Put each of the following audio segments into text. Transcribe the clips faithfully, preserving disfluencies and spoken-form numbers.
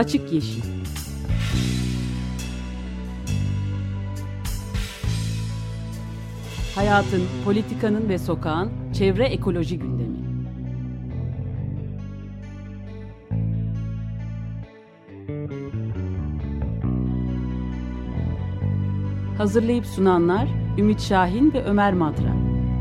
Açık Yeşil. Hayatın, politikanın ve sokağın çevre ekoloji gündemi. Hazırlayıp sunanlar Ümit Şahin ve Ömer Madra.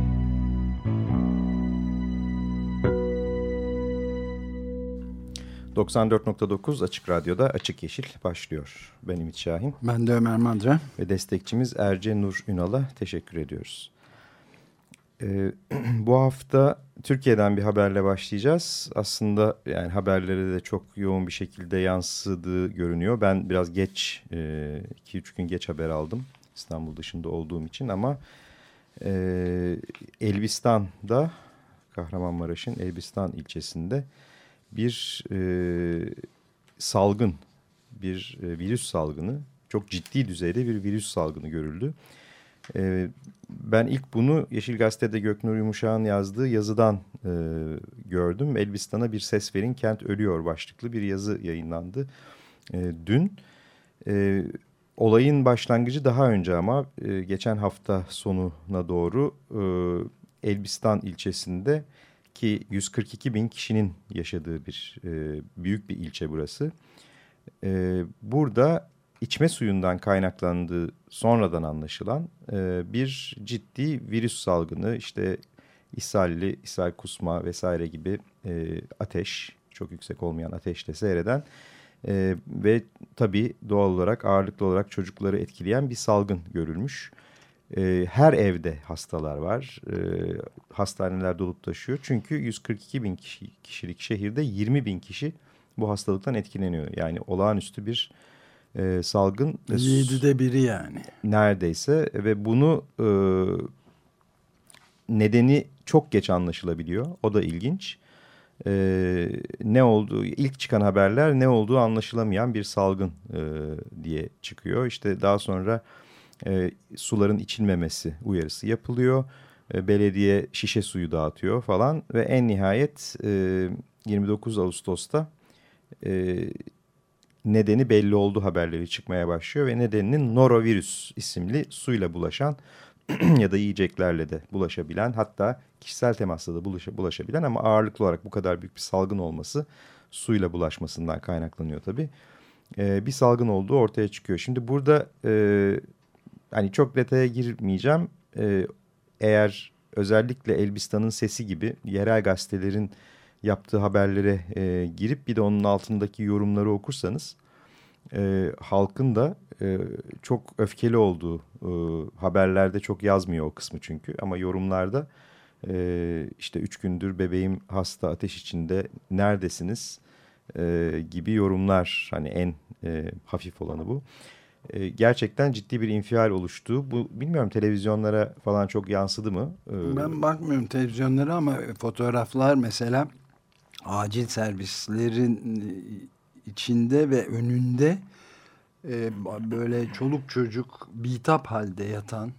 doksan dört nokta dokuz Açık Radyo'da Açık Yeşil başlıyor. Ben Ümit Şahin. Ben de Ömer Madra. Ve destekçimiz Erce Nur Ünal'a teşekkür ediyoruz. Ee, bu hafta Türkiye'den bir haberle başlayacağız. Aslında yani haberlere de çok yoğun bir şekilde yansıdığı görünüyor. Ben biraz geç, iki üç gün geç haber aldım İstanbul dışında olduğum için ama e, Elbistan'da, Kahramanmaraş'ın Elbistan ilçesinde bir e, salgın, bir e, virüs salgını, çok ciddi düzeyde bir virüs salgını görüldü. E, ben ilk bunu Yeşil Gazete'de Göknur Yumuşak'ın yazdığı yazıdan e, gördüm. Elbistan'a bir ses verin, kent ölüyor başlıklı bir yazı yayınlandı e, dün. E, olayın başlangıcı daha önce ama e, geçen hafta sonuna doğru e, Elbistan ilçesinde ki yüz kırk iki bin kişinin yaşadığı bir e, büyük bir ilçe burası. E, burada içme suyundan kaynaklandığı sonradan anlaşılan e, bir ciddi virüs salgını, işte ishalli, ishal kusma vesaire gibi e, ateş, çok yüksek olmayan ateşle seyreden e, ve tabii doğal olarak ağırlıklı olarak çocukları etkileyen bir salgın görülmüş. Her evde hastalar var. Hastaneler dolup taşıyor. Çünkü yüz kırk iki bin kişi, kişilik şehirde yirmi bin kişi bu hastalıktan etkileniyor. Yani olağanüstü bir e, salgın. Yedide biri yani. Neredeyse ve bunu e, nedeni çok geç anlaşılabiliyor. O da ilginç. E, ne olduğu, ilk çıkan haberler ne olduğu anlaşılamayan bir salgın e, diye çıkıyor. İşte daha sonra E, suların içilmemesi uyarısı yapılıyor. E, belediye şişe suyu dağıtıyor falan ve en nihayet e, yirmi dokuz Ağustos'ta e, nedeni belli oldu haberleri çıkmaya başlıyor ve nedeninin norovirüs isimli suyla bulaşan ya da yiyeceklerle de bulaşabilen, hatta kişisel temasla da bulaşa, bulaşabilen ama ağırlıklı olarak bu kadar büyük bir salgın olması suyla bulaşmasından kaynaklanıyor tabii. E, bir salgın olduğu ortaya çıkıyor. Şimdi burada e, hani çok detaya girmeyeceğim. Ee, eğer özellikle Elbistan'ın Sesi gibi yerel gazetelerin yaptığı haberlere e, girip bir de onun altındaki yorumları okursanız e, halkın da e, çok öfkeli olduğu e, haberlerde çok yazmıyor o kısmı çünkü. Ama yorumlarda e, işte üç gündür bebeğim hasta, ateş içinde, neredesiniz e, gibi yorumlar, hani en e, hafif olanı bu. Gerçekten ciddi bir infial oluştu. Bu bilmiyorum televizyonlara falan çok yansıdı mı? Ee... Ben bakmıyorum televizyonlara ama fotoğraflar mesela acil servislerin içinde ve önünde e, böyle çoluk çocuk bitap halde yatan,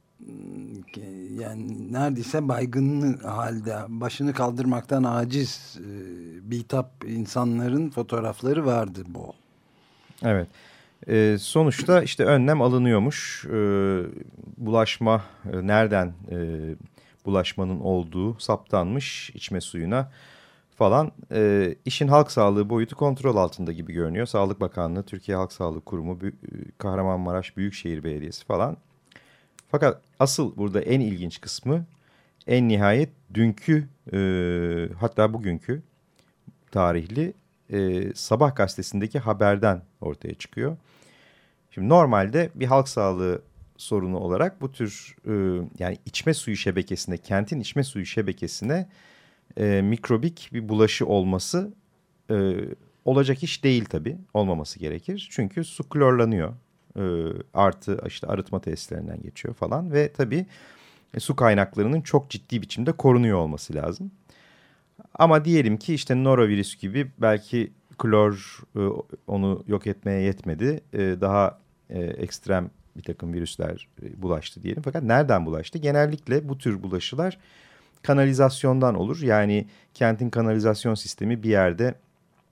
yani neredeyse baygınlı halde başını kaldırmaktan aciz e, bitap insanların fotoğrafları vardı bol. Evet. Ee, sonuçta işte önlem alınıyormuş. Ee, bulaşma e, nereden e, bulaşmanın olduğu saptanmış içme suyuna falan. Ee, işin halk sağlığı boyutu kontrol altında gibi görünüyor. Sağlık Bakanlığı, Türkiye Halk Sağlığı Kurumu, Kahramanmaraş Büyükşehir Belediyesi falan. Fakat asıl burada en ilginç kısmı en nihayet dünkü e, hatta bugünkü tarihli e, Sabah gazetesindeki haberden ortaya çıkıyor. Şimdi normalde bir halk sağlığı sorunu olarak bu tür e, yani içme suyu şebekesine, kentin içme suyu şebekesine e, mikrobik bir bulaşı olması e, olacak iş değil tabii. Olmaması gerekir. Çünkü su klorlanıyor. E, artı işte arıtma testlerinden geçiyor falan ve tabii e, su kaynaklarının çok ciddi biçimde korunuyor olması lazım. Ama diyelim ki işte norovirüs gibi belki klor e, onu yok etmeye yetmedi. E, daha e, ekstrem bir takım virüsler e, bulaştı diyelim. Fakat nereden bulaştı? Genellikle bu tür bulaşılar kanalizasyondan olur. Yani kentin kanalizasyon sistemi bir yerde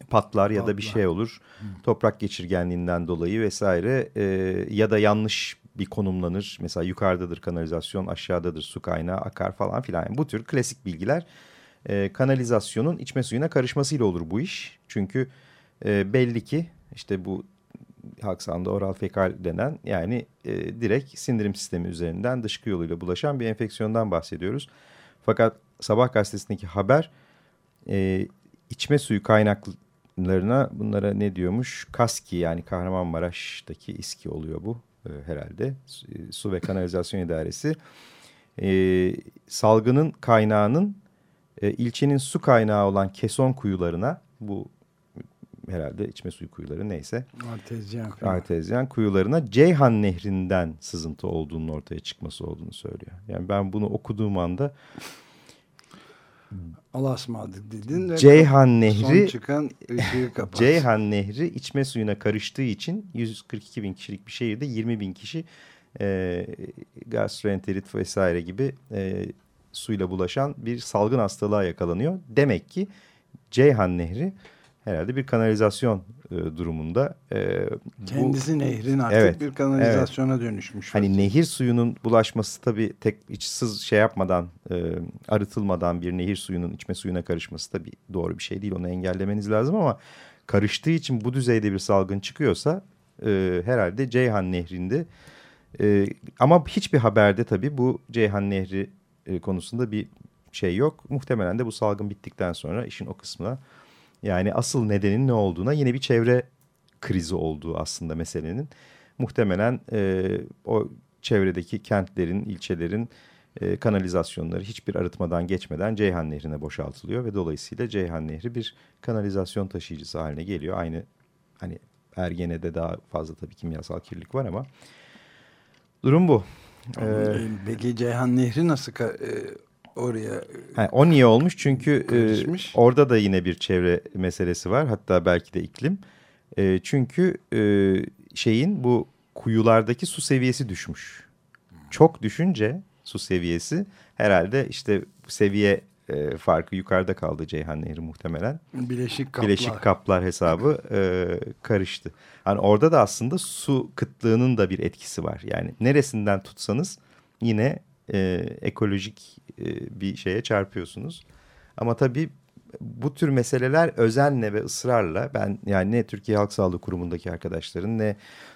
patlar ya Patlar. da bir şey olur. Hı. Toprak geçirgenliğinden dolayı vesaire e, ya da yanlış bir konumlanır. Mesela yukarıdadır kanalizasyon, aşağıdadır su kaynağı, akar falan filan. Yani bu tür klasik bilgiler. E, kanalizasyonun içme suyuna karışmasıyla olur bu iş. Çünkü e, belli ki işte bu halk sağlığında oral fekal denen yani e, direkt sindirim sistemi üzerinden dışkı yoluyla bulaşan bir enfeksiyondan bahsediyoruz. Fakat Sabah gazetesindeki haber e, içme suyu kaynaklarına bunlara ne diyormuş? KASKİ yani Kahramanmaraş'taki İSKİ oluyor bu e, herhalde. Su ve Kanalizasyon İdaresi. E, salgının kaynağının e, ilçenin su kaynağı olan Keson kuyularına bu herhalde içme suyu kuyuları neyse. Artezyen, kuyu. Artezyen kuyularına Ceyhan Nehri'nden sızıntı olduğunun ortaya çıkması olduğunu söylüyor. Yani ben bunu okuduğum anda Alasmadık dedin. Ceyhan Nehri son çıkan ışığı kapat. Ceyhan Nehri içme suyuna karıştığı için yüz kırk iki bin kişilik bir şehirde yirmi bin kişi e, gastroenterit vesaire gibi e, suyla bulaşan bir salgın hastalığa yakalanıyor. Demek ki Ceyhan Nehri herhalde bir kanalizasyon e, durumunda. E, Kendisi bu, nehrin artık evet, bir kanalizasyona evet. dönüşmüş. Hani nehir suyunun bulaşması tabii tek içsiz şey yapmadan, e, arıtılmadan bir nehir suyunun içme suyuna karışması tabii doğru bir şey değil. Onu engellemeniz lazım ama karıştığı için bu düzeyde bir salgın çıkıyorsa e, herhalde Ceyhan Nehri'nde e, ama hiçbir haberde tabii bu Ceyhan Nehri e, konusunda bir şey yok. Muhtemelen de bu salgın bittikten sonra işin o kısmına yani asıl nedenin ne olduğuna yine bir çevre krizi olduğu aslında meselenin. Muhtemelen e, o çevredeki kentlerin, ilçelerin e, kanalizasyonları hiçbir arıtmadan geçmeden Ceyhan Nehri'ne boşaltılıyor. Ve dolayısıyla Ceyhan Nehri bir kanalizasyon taşıyıcısı haline geliyor. Aynı hani Ergene'de daha fazla tabii kimyasal kirlilik var ama durum bu. Ee, Peki Ceyhan Nehri nasıl... E oraya ha, o niye olmuş? Çünkü e, orada da yine bir çevre meselesi var. Hatta belki de iklim. E, çünkü e, şeyin bu kuyulardaki su seviyesi düşmüş. Çok düşünce su seviyesi herhalde işte seviye e, farkı yukarıda kaldı Ceyhan Nehri muhtemelen. Bileşik kaplar. Bileşik kaplar hesabı e, karıştı. Yani orada da aslında su kıtlığının da bir etkisi var. Yani neresinden tutsanız yine e, ekolojik e, bir şeye çarpıyorsunuz. Ama tabii bu tür meseleler özenle ve ısrarla ben yani ne Türkiye Halk Sağlığı Kurumu'ndaki arkadaşların ne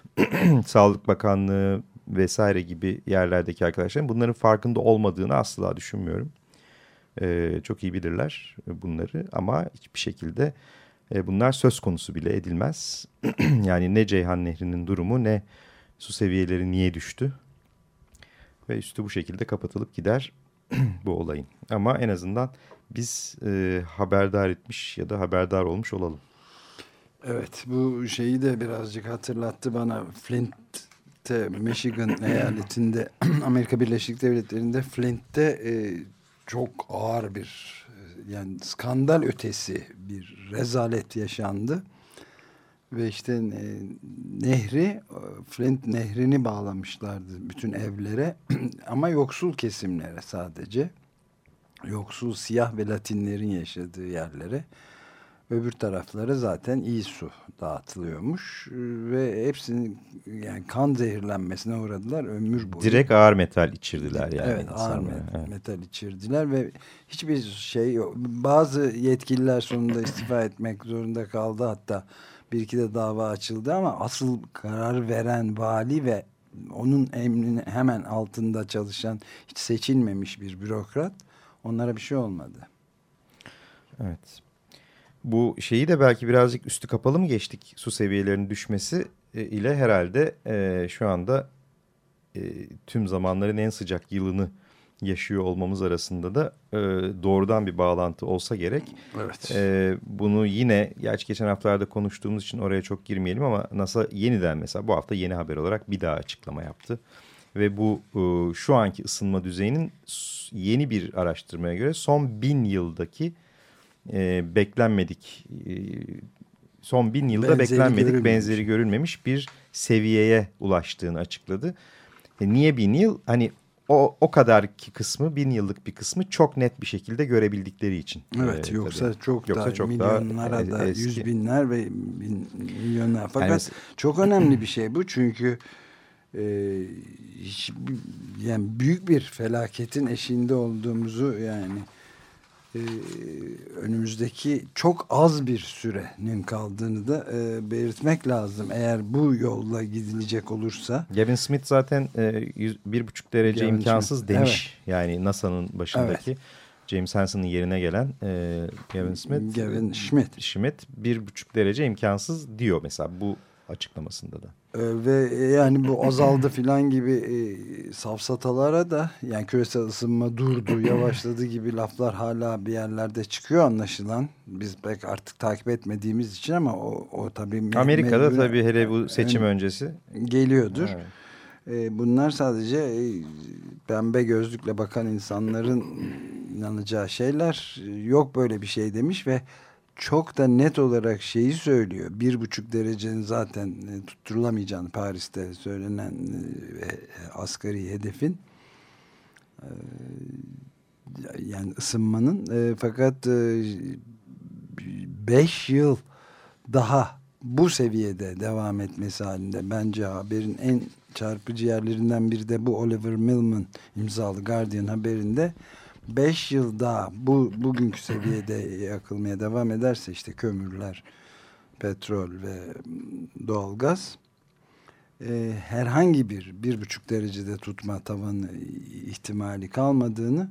Sağlık Bakanlığı vesaire gibi yerlerdeki arkadaşların bunların farkında olmadığını asla düşünmüyorum. Ee, çok iyi bilirler bunları ama hiçbir şekilde e, bunlar söz konusu bile edilmez. Yani ne Ceyhan Nehri'nin durumu ne su seviyeleri niye düştü ve üstü bu şekilde kapatılıp gider bu olayın. Ama en azından biz e, haberdar etmiş ya da haberdar olmuş olalım. Evet, bu şeyi de birazcık hatırlattı bana. Flint'te, Michigan eyaletinde, Amerika Birleşik Devletleri'nde Flint'te e, çok ağır bir yani skandal ötesi bir rezalet yaşandı. Ve işte e, nehri, Flint nehrini bağlamışlardı bütün evlere ama yoksul kesimlere sadece. Yoksul siyah ve Latinlerin yaşadığı yerlere. Öbür taraflara zaten iyi su dağıtılıyormuş ve hepsinin yani kan zehirlenmesine uğradılar ömür boyu. Direkt ağır metal içirdiler yani. Evet, ağır met evet. metal içirdiler ve hiçbir şey yok. Bazı yetkililer sonunda istifa etmek zorunda kaldı, hatta bir iki de dava açıldı ama asıl karar veren vali ve onun emrinin hemen altında çalışan hiç seçilmemiş bir bürokrat, onlara bir şey olmadı. Evet. Bu şeyi de belki birazcık üstü kapalı mı geçtik? Su seviyelerinin düşmesi ile herhalde e, şu anda e, tüm zamanların en sıcak yılını yaşıyor olmamız arasında da e, doğrudan bir bağlantı olsa gerek. Evet. E, bunu yine gerçi geçen haftalarda konuştuğumuz için oraya çok girmeyelim ama NASA yeniden mesela bu hafta yeni haber olarak bir daha açıklama yaptı. Ve bu e, şu anki ısınma düzeyinin yeni bir araştırmaya göre son bin yıldaki e, beklenmedik e, son bin yılda benzeri beklenmedik görülmemiş. benzeri görülmemiş bir seviyeye ulaştığını açıkladı. E, niye bin yıl? Hani o o kadarki kısmı, bin yıllık bir kısmı çok net bir şekilde görebildikleri için. Evet, e, yoksa tabii. çok yoksa daha çok milyonlara daha da eski. yüz binler ve bin, milyonlar. Fakat yani çok önemli bir şey bu çünkü e, hiç, yani büyük bir felaketin eşiğinde olduğumuzu, yani e, önümüzdeki çok az bir sürenin kaldığını da e, belirtmek lazım. Eğer bu yolla gidilecek olursa. Gavin Smith zaten e, yüz, bir buçuk derece Gavin imkansız Smith, demiş. Evet. Yani NASA'nın başındaki evet. James Hansen'ın yerine gelen e, Gavin Smith. Gavin Schmidt. Schmidt bir buçuk derece imkansız diyor mesela bu açıklamasında da. Ee, ve yani bu azaldı filan gibi e, safsatalara da, yani küresel ısınma durdu, yavaşladı gibi laflar hala bir yerlerde çıkıyor anlaşılan. Biz pek artık takip etmediğimiz için, ama o, o tabii Amerika'da mecbur, tabii hele bu seçim öncesi geliyordur. Evet. E, bunlar sadece e, pembe gözlükle bakan insanların inanacağı şeyler. Yok böyle bir şey demiş ve çok da net olarak şeyi söylüyor. Bir buçuk derecenin zaten e, tutturulamayacağını, Paris'te söylenen e, asgari hedefin, e, yani ısınmanın, e, fakat e, beş yıl daha bu seviyede devam etmesi halinde, bence haberin en çarpıcı yerlerinden biri de bu, Oliver Millman imzalı Guardian haberinde, beş yıl daha bu bugünkü seviyede yakılmaya devam ederse, işte kömürler, petrol ve doğalgaz, e, herhangi bir bir buçuk derecede tutma tavanı ihtimali kalmadığını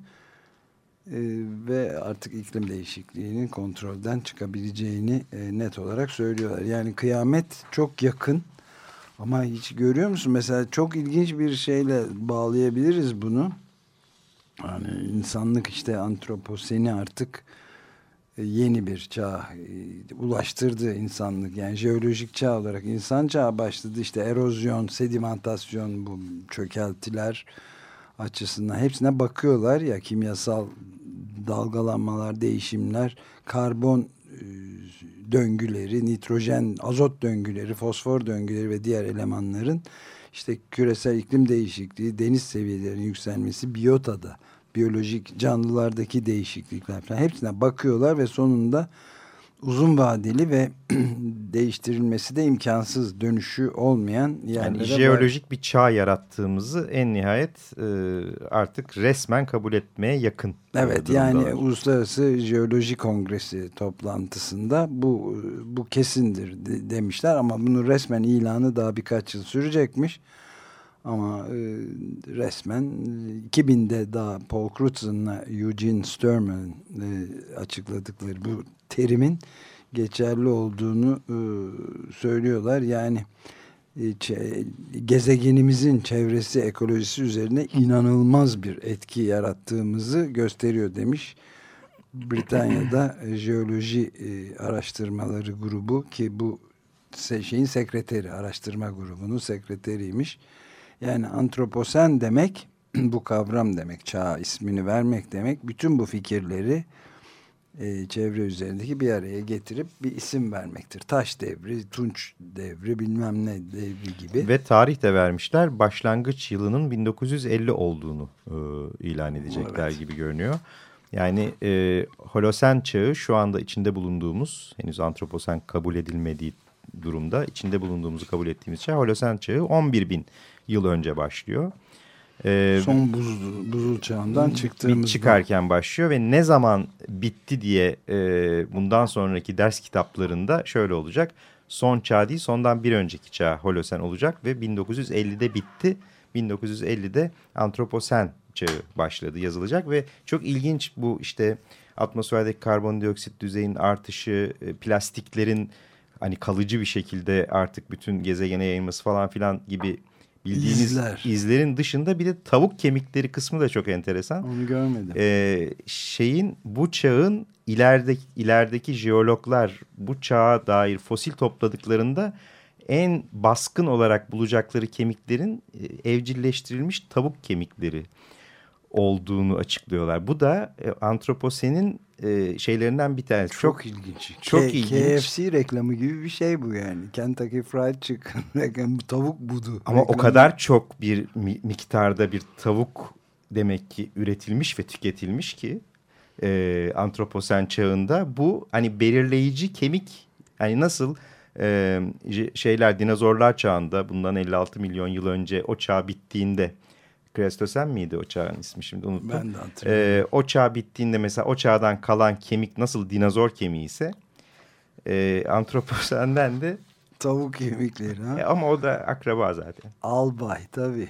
e, ve artık iklim değişikliğinin kontrolden çıkabileceğini e, net olarak söylüyorlar. Yani kıyamet çok yakın, ama hiç görüyor musun? Mesela çok ilginç bir şeyle bağlayabiliriz bunu. Yani insanlık işte antroposeni artık yeni bir çağ ulaştırdı insanlık. Yani jeolojik çağ olarak insan çağı başladı. İşte erozyon, sedimentasyon, bu çökeltiler açısından hepsine bakıyorlar ya, kimyasal dalgalanmalar, değişimler, karbon döngüleri, nitrojen, azot döngüleri, fosfor döngüleri ve diğer elemanların, işte küresel iklim değişikliği, deniz seviyelerinin yükselmesi, biyotada, biyolojik canlılardaki değişiklikler falan, hepsine bakıyorlar ve sonunda uzun vadeli ve değiştirilmesi de imkansız, dönüşü olmayan yerlere, yani jeolojik var. Bir çağ yarattığımızı en nihayet e, artık resmen kabul etmeye yakın. Evet, yani Uluslararası Jeoloji Kongresi toplantısında bu bu kesindir de, demişler, ama bunun resmen ilanı daha birkaç yıl sürecekmiş. Ama e, resmen iki binde daha Paul Crutzen'la Eugene Sturman e, açıkladıkları bu terimin geçerli olduğunu e, söylüyorlar. Yani e, çe, gezegenimizin çevresi, ekolojisi üzerine inanılmaz bir etki yarattığımızı gösteriyor demiş. Britanya'da e, Jeoloji e, Araştırmaları Grubu, ki bu şeyin sekreteri, araştırma grubunun sekreteriymiş. Yani antroposen demek, bu kavram demek, çağ ismini vermek demek, bütün bu fikirleri e, çevre üzerindeki bir araya getirip bir isim vermektir. Taş devri, tunç devri, bilmem ne devri gibi. Ve tarih de vermişler. Başlangıç yılının bin dokuz yüz elli olduğunu e, ilan edecekler evet. gibi görünüyor. Yani e, Holosen çağı şu anda içinde bulunduğumuz, henüz antroposen kabul edilmediği durumda içinde bulunduğumuzu kabul ettiğimiz çağ, Holosen çağı on bir bin yıl önce başlıyor. Ee, Son buzul, buzul çağından çıktığımızda. Çıkarken başlıyor ve ne zaman bitti diye e, bundan sonraki ders kitaplarında şöyle olacak. Son çağ değil, sondan bir önceki çağ Holosen olacak ve bin dokuz yüz ellide bitti. bin dokuz yüz ellide antroposen çağı başladı yazılacak ve çok ilginç bu, işte atmosferdeki karbondioksit düzeyinin artışı, plastiklerin hani kalıcı bir şekilde artık bütün gezegene yayılması falan filan gibi bildiğiniz İzler. izlerin dışında bir de tavuk kemikleri kısmı da çok enteresan. Onu görmedim. Ee, şeyin bu çağın ileride, ilerideki jeologlar bu çağa dair fosil topladıklarında en baskın olarak bulacakları kemiklerin evcilleştirilmiş tavuk kemikleri olduğunu açıklıyorlar. Bu da e, antroposenin e, şeylerinden bir tanesi. Çok, çok ilginç. Çok K- ilginç. K F C reklamı gibi bir şey bu yani. Kentucky Fried Chicken reklamı, tavuk budu. Ama reklamı. O kadar çok bir mi- miktarda bir tavuk demek ki üretilmiş ve tüketilmiş ki e, antroposen çağında bu hani belirleyici kemik, hani nasıl e, şeyler dinozorlar çağında bundan elli altı milyon yıl önce o çağ bittiğinde, Krestosen miydi o çağın ismi, şimdi unuttum. Ben de hatırlıyorum. E, o çağ bittiğinde mesela o çağdan kalan kemik nasıl dinozor kemiği ise e, antroposenden de tavuk kemikleri ha. E, ama o da akraba zaten. Albay tabii.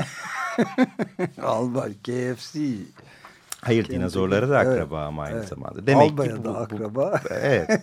Albay K F C. Hayır, Kentucky. dinozorlara da akraba evet, ama aynı evet. zamanda. Demek Albay'a ki bu, da bu, akraba. Bu, evet.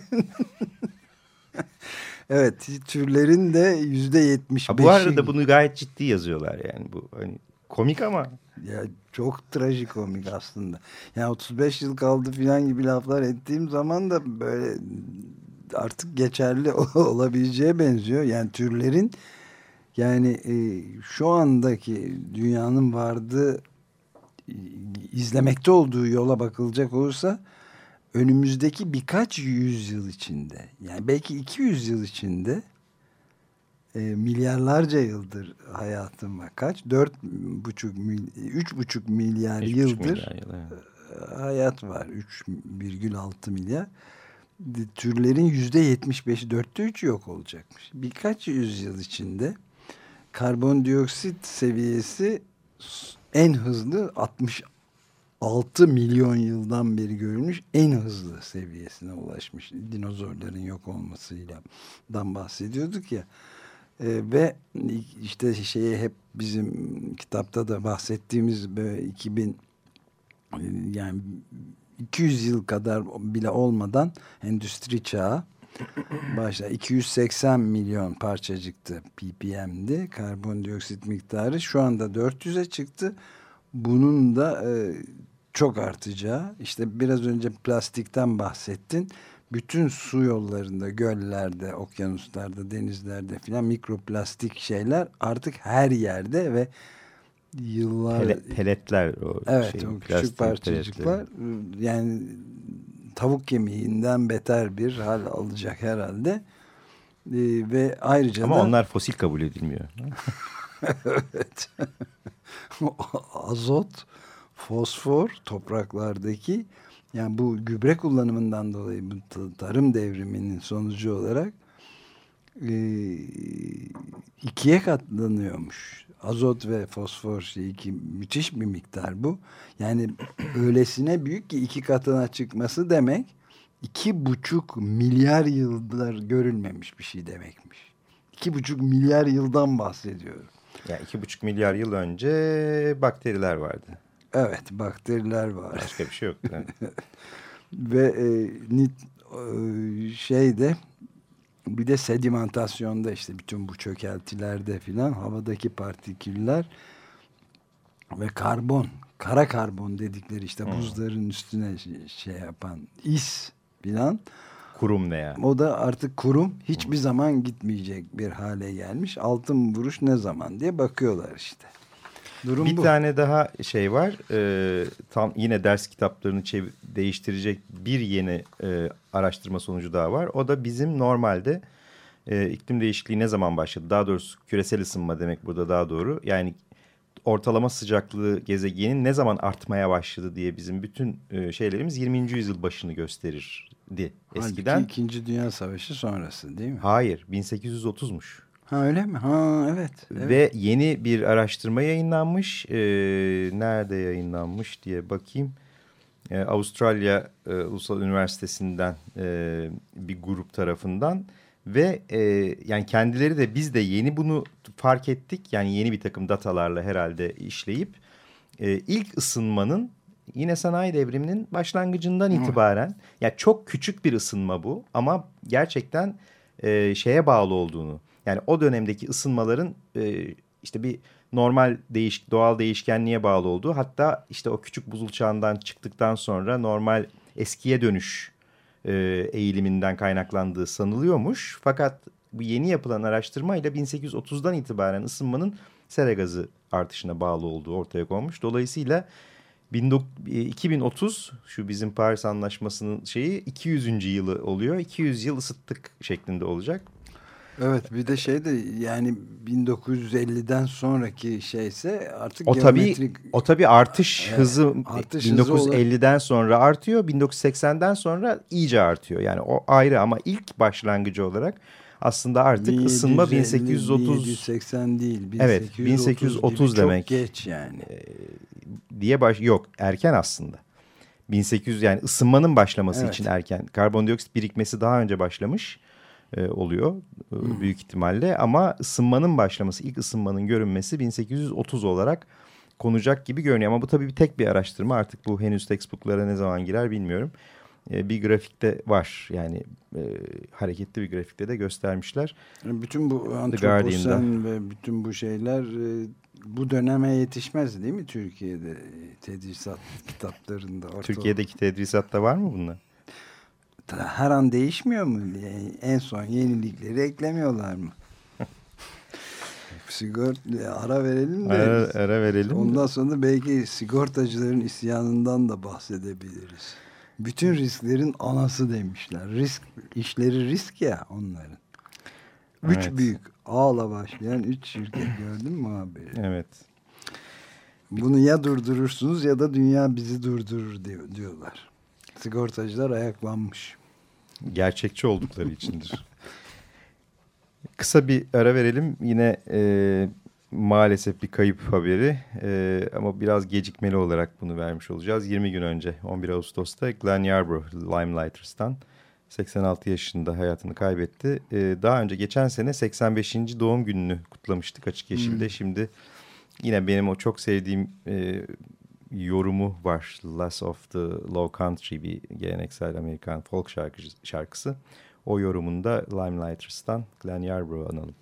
Evet, türlerin de yüzde yetmiş beşi. Bu arada bunu gayet ciddi yazıyorlar yani, bu hani komik ama. Ya çok trajikomik aslında. Yani otuz beş yıl kaldı falan gibi laflar ettiğim zaman da böyle artık geçerli olabileceğe benziyor. Yani türlerin, yani e, şu andaki dünyanın vardığı, izlemekte olduğu yola bakılacak olursa önümüzdeki birkaç yüzyıl içinde, yani belki iki yüz yıl içinde e, milyarlarca yıldır hayatım var. Kaç? Dört buçuk, üç buçuk milyar üç yıldır milyar yıl, evet. Hayat var. Üç virgül altı milyar. Türlerin yüzde yetmiş beşi, dörtte üçü yok olacakmış. Birkaç yüzyıl içinde karbondioksit seviyesi en hızlı altmış altı milyon yıldan beri görülmüş en hızlı seviyesine ulaşmış. Dinozorların yok olmasıyla dan bahsediyorduk ya. Ee, ve işte şeye hep bizim kitapta da bahsettiğimiz böyle iki bin, yani iki yüz yıl kadar bile olmadan endüstri çağı başta iki yüz seksen milyon parçacıktı, P P M'di karbondioksit miktarı, şu anda dört yüze çıktı. Bunun da e, çok artacağı, işte biraz önce plastikten bahsettin. Bütün su yollarında, göllerde, okyanuslarda, denizlerde filan mikroplastik şeyler artık her yerde ve yıllar... Pele, peletler o evet, şey, o küçük parçacıklar peletleri. Yani tavuk kemiğinden beter bir hal alacak herhalde. Ee, ve ayrıca ama da... onlar fosil kabul edilmiyor. Evet. Azot, fosfor topraklardaki, yani bu gübre kullanımından dolayı, bu tarım devriminin sonucu olarak e, ikiye katlanıyormuş. Azot ve fosfor şey, iki, müthiş bir miktar bu. Yani öylesine büyük ki iki katına çıkması demek iki buçuk milyar yıldır görülmemiş bir şey demekmiş. İki buçuk milyar yıldan bahsediyorum. Yani iki buçuk milyar yıl önce bakteriler vardı. Evet, bakteriler var. Başka bir şey yok. Yani. Ve e, nit, e, şeyde bir de sedimentasyonda, işte bütün bu çökeltilerde filan havadaki partiküller ve karbon, kara karbon dedikleri, işte hmm. buzların üstüne şey, şey yapan is filan. Kurum ne ya? O da artık kurum, hiçbir hmm. zaman gitmeyecek bir hale gelmiş. Altın vuruş ne zaman diye bakıyorlar işte. Durum bir bu. tane daha şey var. E, tam yine ders kitaplarını çev- değiştirecek bir yeni e, araştırma sonucu daha var. O da bizim normalde e, iklim değişikliği ne zaman başladı? Daha doğrusu küresel ısınma demek burada daha doğru. Yani ortalama sıcaklığı gezegenin ne zaman artmaya başladı diye bizim bütün e, şeylerimiz yirminci yüzyıl başını gösterirdi eskiden. Halbuki İkinci Dünya Savaşı sonrası değil mi? Hayır, bin sekiz yüz otuzmuş. Ha öyle mi? Ha evet. evet. Ve yeni bir araştırma yayınlanmış. Ee, nerede yayınlanmış diye bakayım. Ee, Avustralya e, Ulusal Üniversitesi'nden e, bir grup tarafından. Ve e, yani kendileri de biz de yeni bunu fark ettik. Yani yeni bir takım datalarla herhalde işleyip e, ilk ısınmanın yine sanayi devriminin başlangıcından itibaren, hmm. yani çok küçük bir ısınma bu ama gerçekten e, şeye bağlı olduğunu, yani o dönemdeki ısınmaların e, işte bir normal değiş, doğal değişkenliğe bağlı olduğu, hatta işte o küçük buzul çağından çıktıktan sonra normal eskiye dönüş e, eğiliminden kaynaklandığı sanılıyormuş. Fakat bu yeni yapılan araştırmayla bin sekiz yüz otuzdan itibaren ısınmanın sera gazı artışına bağlı olduğu ortaya konmuş. Dolayısıyla iki bin otuz şu bizim Paris Anlaşması'nın şeyi iki yüzüncü yılı oluyor. iki yüz yıl ısıttık şeklinde olacak. Evet, bir de şey de yani bin dokuz yüz elliden sonraki şeyse artık o geometrik... tabii o tabii artış evet, hızı artış bin dokuz yüz elliden hızı sonra artıyor. bin dokuz yüz seksenden sonra iyice artıyor. Yani o ayrı ama ilk başlangıcı olarak aslında artık ısınma bin sekiz yüz otuz bin yedi yüz seksen değil, evet, bin sekiz yüz otuz demek. Çok geç yani. E, diye baş yok, erken aslında. bin sekiz yüz yani ısınmanın başlaması evet. için erken. Karbondioksit birikmesi daha önce başlamış e, oluyor e, hmm. büyük ihtimalle ama ısınmanın başlaması, ilk ısınmanın görünmesi bin sekiz yüz otuz olarak konacak gibi görünüyor. Ama bu tabii bir tek bir araştırma, artık bu henüz textbook'lara ne zaman girer bilmiyorum. E, bir grafikte var yani e, hareketli bir grafikte de göstermişler. Bütün bu antroposen ve bütün bu şeyler e, bu döneme yetişmez değil mi Türkiye'de tedrisat kitaplarında? Türkiye'deki tedrisatta var mı bunlar? Her an değişmiyor mu? Yani en son yenilikleri eklemiyorlar mı? Sigorta ara verelim de. Ara, ara verelim. Ondan sonra belki sigortacıların isyanından da bahsedebiliriz. Bütün risklerin anası demişler. Risk işleri risk ya onların. Üç evet. büyük A'la başlayan üç şirket, gördün mü haberi? Evet. Bunu ya durdurursunuz ya da dünya bizi durdurur diyor, diyorlar. Sigortacılar ayaklanmış. Gerçekçi oldukları içindir. Kısa bir ara verelim. Yine e, maalesef bir kayıp haberi e, ama biraz gecikmeli olarak bunu vermiş olacağız. yirmi gün önce on bir Ağustos'ta Glenn Yarbrough Limelighter'dan seksen altı yaşında hayatını kaybetti. E, daha önce geçen sene seksen beşinci doğum gününü kutlamıştık Açık Yeşil'de. Hmm. Şimdi yine benim o çok sevdiğim e, yorumu var. Last of the Low Country, bir geleneksel Amerikan folk şarkıcı, şarkısı. O yorumunda Limeliters'tan Glenn Yarbrough'u analım.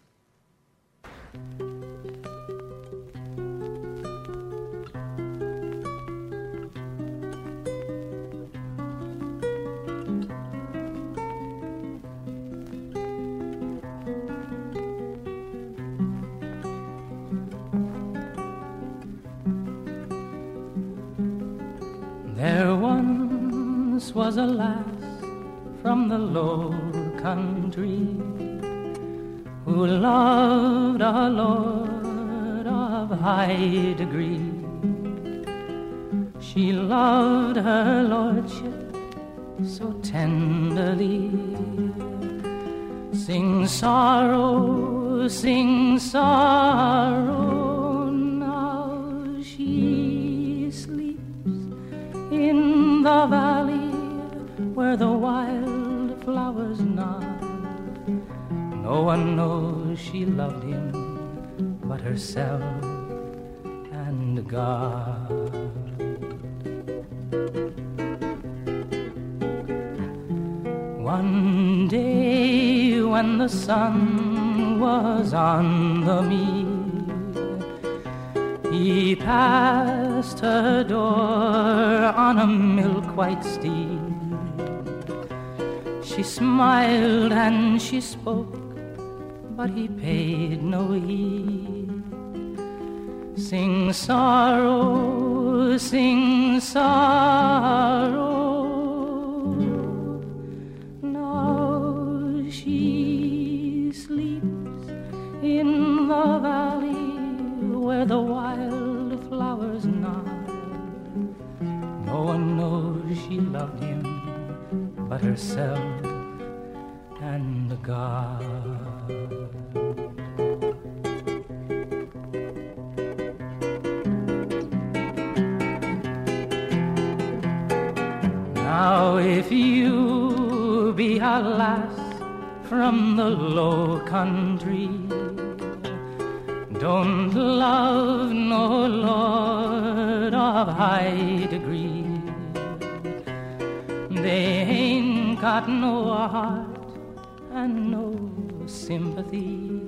There once was a lass from the low country who loved a lord of high degree. She loved her lordship so tenderly. Sing sorrow, sing sorrow, now she sleeps in the valley where the wild flowers nod. No one knows she loved him but herself and God. One day when the sun was on the mead, he passed her door on a milk-white steed. She smiled and she spoke, but he paid no heed. Sing sorrow, sing sorrow, now she sleeps in the valley where the wild flowers nod. No one knows she loved him but herself and God. Now if you be a lass from the low country, don't love no lord of high degree. They ain't got no heart and no sympathy.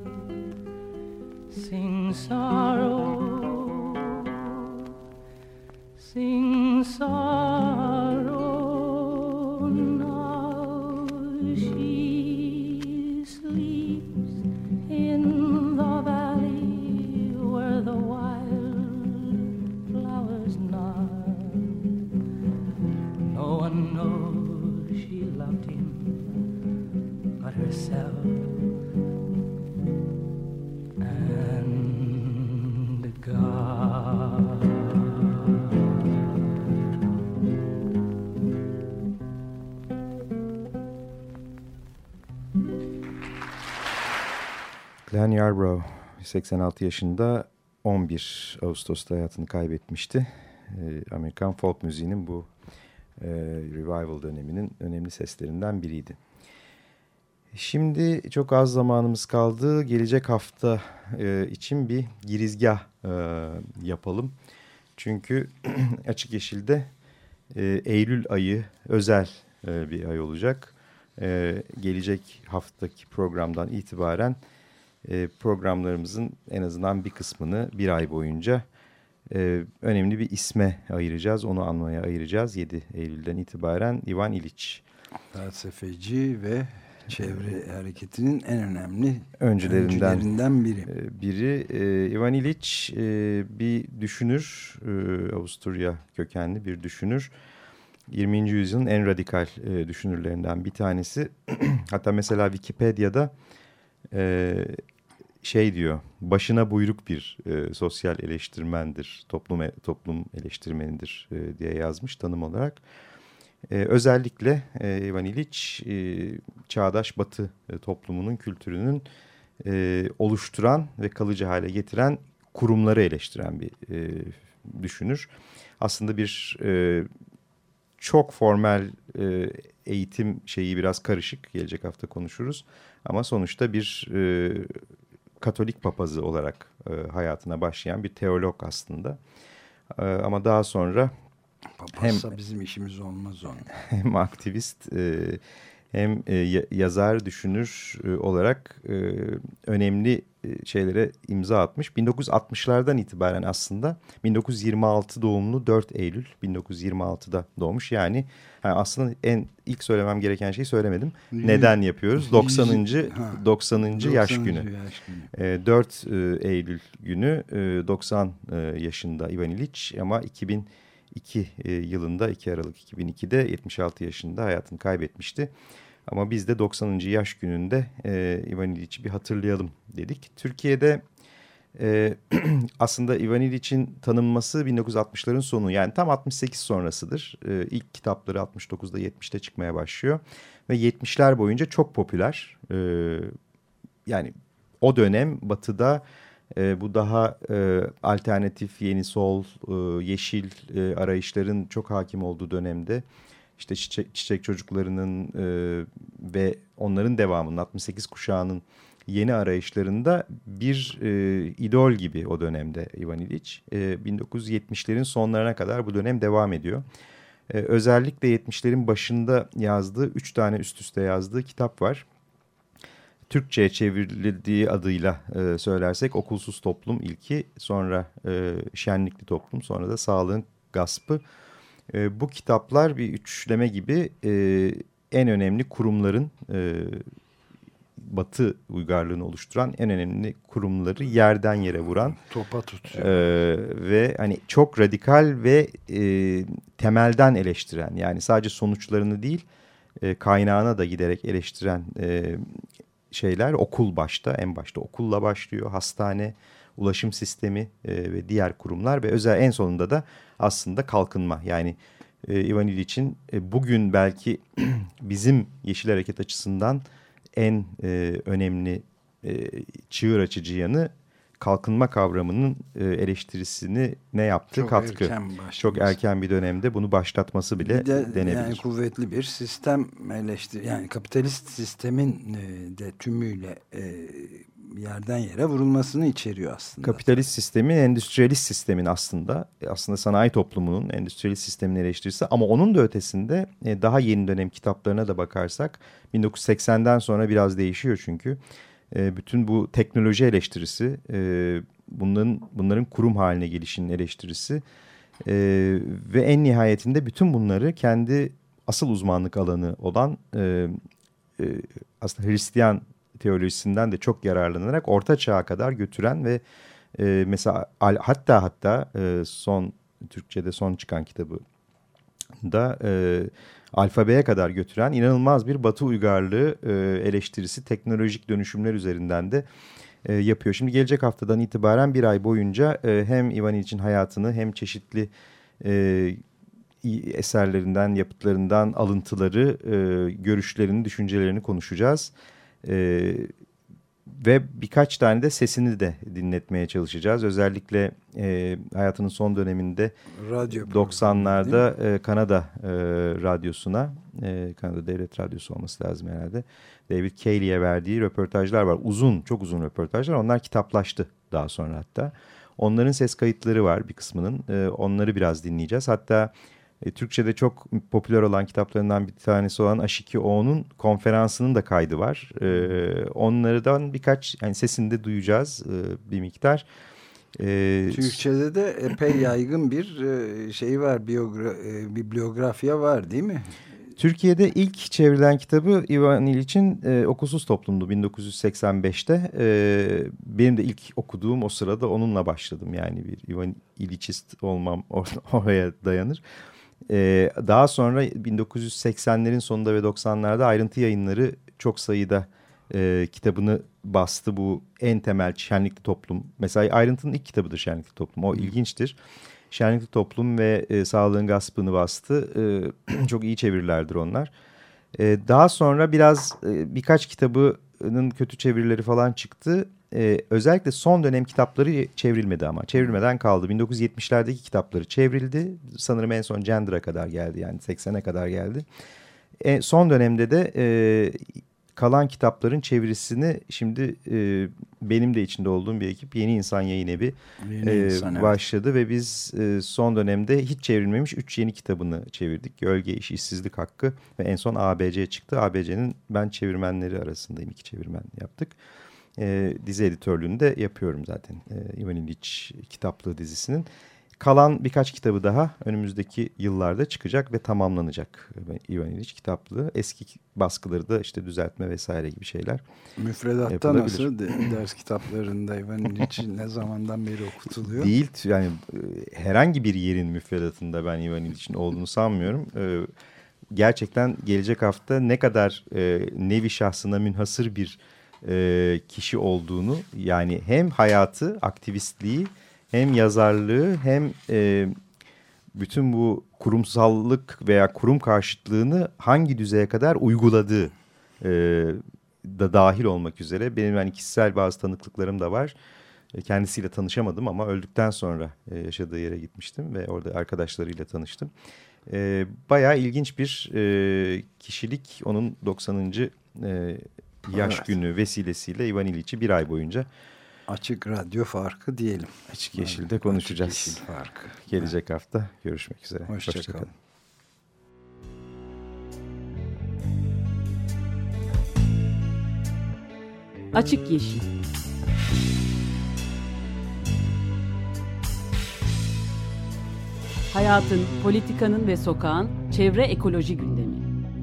Sing sorrow, sing sorrow, now she sleeps in the valley where the wild flowers nod. No one knows she loved him but herself and God. Glenn Yarbrough seksen altı yaşında on bir Ağustos'ta hayatını kaybetmişti. Amerikan folk müziğinin bu e, revival döneminin önemli seslerinden biriydi. Şimdi çok az zamanımız kaldı. Gelecek hafta e, için bir girizgah e, yapalım. Çünkü Açık Yeşil'de e, Eylül ayı özel e, bir ay olacak. E, gelecek haftaki programdan itibaren e, programlarımızın en azından bir kısmını bir ay boyunca e, önemli bir isme ayıracağız. Onu anmaya ayıracağız. yedi Eylül'den itibaren Ivan İliç. Felsefeci ve çevre hareketinin en önemli öncülerinden, öncülerinden biri. Biri e, Ivan İliç e, bir düşünür, e, Avusturya kökenli bir düşünür. yirminci yüzyılın en radikal e, düşünürlerinden bir tanesi. Hatta mesela Wikipedia'da e, şey diyor, başına buyruk bir e, sosyal eleştirmendir, toplum toplum eleştirmenidir e, diye yazmış tanım olarak. E, özellikle e, Ivan İliç e, çağdaş Batı e, toplumunun kültürünün e, oluşturan ve kalıcı hale getiren kurumları eleştiren bir e, düşünür. Aslında bir e, çok formal e, eğitim şeyi biraz karışık, gelecek hafta konuşuruz. Ama sonuçta bir e, Katolik papazı olarak e, hayatına başlayan bir teolog aslında. E, ama daha sonra Papazsa hem bizim işimiz olmaz onun. Hem aktivist e, hem e, yazar, düşünür e, olarak e, önemli e, şeylere imza atmış. bin dokuz yüz altmışlardan itibaren aslında bin dokuz yüz yirmi altı doğumlu, dört Eylül bin dokuz yüz yirmi altıda doğmuş. Yani, yani aslında en ilk söylemem gereken şeyi söylemedim. Neden yapıyoruz? doksanıncı doksanıncı yaş günü. Yaş günü. E, dört Eylül günü e, doksan yaşında Ivan İliç ama iki bin iki yılında, iki Aralık iki bin ikide yetmiş altı yaşında hayatını kaybetmişti. Ama biz de doksanıncı yaş gününde e, Ivan İliç'i bir hatırlayalım dedik. Türkiye'de e, aslında Ivan İliç'in tanınması bin dokuz yüz altmışların sonu, yani tam altmış sekiz sonrasıdır. E, ilk kitapları altmış dokuzda yetmişte çıkmaya başlıyor ve yetmişler boyunca çok popüler. E, yani o dönem Batı'da E, bu daha e, alternatif, yeni sol, e, yeşil e, arayışların çok hakim olduğu dönemde işte çiçek, çiçek çocuklarının e, ve onların devamının altmış sekiz kuşağının yeni arayışlarında bir e, idol gibi o dönemde Ivan İliç. E, bin dokuz yüz yetmişlerin sonlarına kadar bu dönem devam ediyor. E, özellikle yetmişlerin başında yazdığı, üç tane üst üste yazdığı kitap var. Türkçe'ye çevrildiği adıyla e, söylersek Okulsuz Toplum ilki, sonra e, Şenlikli Toplum, sonra da Sağlığın Gaspı. E, bu kitaplar bir üçleme gibi e, en önemli kurumların, e, Batı uygarlığını oluşturan en önemli kurumları yerden yere vuran, topa tutuyor. E, ve hani çok radikal ve e, temelden eleştiren, yani sadece sonuçlarını değil e, kaynağına da giderek eleştiren e, şeyler. Okul başta, en başta okulla başlıyor, hastane, ulaşım sistemi e, ve diğer kurumlar ve özel en sonunda da aslında kalkınma. Yani e, Ivan İliç'in e, bugün belki bizim Yeşil Hareket açısından en e, önemli e, çığır açıcı yanı kalkınma kavramının e, eleştirisini ne yaptı? Çok Katkı. Erken Çok erken bir dönemde bunu başlatması bile bir de, denebilir. Yani kuvvetli bir sistem eleştir, yani kapitalist sistemin e, de tümüyle e, yerden yere vurulmasını içeriyor aslında. Kapitalist sistemin, endüstriyalist sistemin aslında, aslında sanayi toplumunun endüstriyalist sistemin eleştirisi, ama onun da ötesinde e, daha yeni dönem kitaplarına da bakarsak bin dokuz yüz seksenden sonra biraz değişiyor çünkü. E, bütün bu teknoloji eleştirisi, e, bunların bunların kurum haline gelişinin eleştirisi e, ve en nihayetinde bütün bunları kendi asıl uzmanlık alanı olan e, e, aslında Hristiyan teolojisinden de çok yararlanarak Orta Çağ'a kadar götüren ve e, mesela hatta hatta e, son Türkçe'de son çıkan kitabı da e, alfabeye kadar götüren inanılmaz bir Batı uygarlığı e, eleştirisi teknolojik dönüşümler üzerinden de e, yapıyor. Şimdi gelecek haftadan itibaren bir ay boyunca e, hem Ivan İliç'in hayatını hem çeşitli e, eserlerinden, yapıtlarından alıntıları, e, görüşlerini, düşüncelerini konuşacağız. E, ve birkaç tane de sesini de dinletmeye çalışacağız. Özellikle e, hayatının son döneminde Radyo doksanlarda e, Kanada e, radyosuna, e, Kanada Devlet Radyosu olması lazım herhalde, David Cayley'e verdiği röportajlar var. Uzun, çok uzun röportajlar. Onlar kitaplaştı daha sonra hatta. Onların ses kayıtları var bir kısmının. E, onları biraz dinleyeceğiz. Hatta E, Türkçe'de çok popüler olan kitaplarından bir tanesi olan Aşiki O'nun konferansının da kaydı var. E, onlardan birkaç, yani sesini de duyacağız e, bir miktar. E, Türkçe'de de epey yaygın bir e, şey var, biyogra e, bibliografya var değil mi? Türkiye'de ilk çevrilen kitabı Ivan İliç'in e, Okulsuz Toplum'du bin dokuz yüz seksen beşte. E, benim de ilk okuduğum o sırada onunla başladım. Yani bir Ivan İliçist olmam or- oraya dayanır. Ee, daha sonra bin dokuz yüz seksenlerin sonunda ve doksanlarda Ayrıntı Yayınları çok sayıda e, kitabını bastı. Bu en temel Şenlikli Toplum. Mesela Ayrıntı'nın ilk kitabıdır Şenlikli Toplum. O ilginçtir. Şenlikli Toplum ve e, Sağlığın Gaspını bastı. E, çok iyi çevirilerdir onlar. E, daha sonra biraz e, birkaç kitabının kötü çevirileri falan çıktı. Ee, özellikle son dönem kitapları çevrilmedi ama. Çevrilmeden kaldı. bin dokuz yüz yetmişlerdeki kitapları çevrildi. Sanırım en son Gender'a kadar geldi, yani seksene kadar geldi. E, son dönemde de e, kalan kitapların çevirisini şimdi e, benim de içinde olduğum bir ekip Yeni İnsan Yayın Evi Yeni e, İnsan, başladı. Evet. Ve biz e, son dönemde hiç çevrilmemiş üç yeni kitabını çevirdik. Gölge İş, İşsizlik Hakkı ve en son A B C çıktı. A B C'nin ben çevirmenleri arasındayım. İki çevirmen yaptık. E, dizi editörlüğünü de yapıyorum zaten e, Ivan İliç kitaplığı dizisinin. Kalan birkaç kitabı daha önümüzdeki yıllarda çıkacak ve tamamlanacak Ivan İliç kitaplığı. Eski baskıları da işte düzeltme vesaire gibi şeyler müfredatta nasıl ders kitaplarında Ivan İliç ne zamandan beri okutuluyor? Değil, yani herhangi bir yerin müfredatında ben Ivan İliç'in olduğunu sanmıyorum. E, gerçekten gelecek hafta ne kadar e, nevi şahsına münhasır bir E, kişi olduğunu, yani hem hayatı, aktivistliği, hem yazarlığı, hem e, bütün bu kurumsallık veya kurum karşıtlığını hangi düzeye kadar uyguladığı e, da dahil olmak üzere benim yani kişisel bazı tanıklıklarım da var. E, kendisiyle tanışamadım ama öldükten sonra e, yaşadığı yere gitmiştim ve orada arkadaşlarıyla tanıştım. E, bayağı ilginç bir e, kişilik. Onun doksanıncı E, yaş evet. günü vesilesiyle Ivan İliç'i bir ay boyunca Açık Radyo farkı diyelim. Açık Yeşil'de konuşacağız. Açık Yeşil farkı. Gelecek evet. hafta görüşmek üzere. Hoşça, Hoşça kalın. Açık Yeşil. Hayatın, politikanın ve sokağın çevre ekoloji gündemi.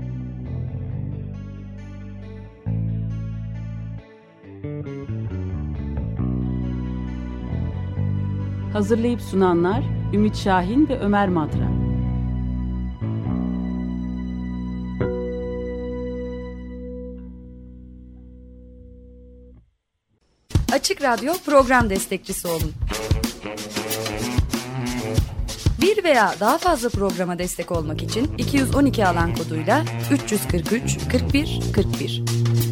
Hazırlayıp sunanlar Ümit Şahin ve Ömer Madra. Açık Radyo program destekçisi olun. Bir veya daha fazla programa destek olmak için iki yüz on iki alan koduyla üç yüz kırk üç kırk bir kırk bir.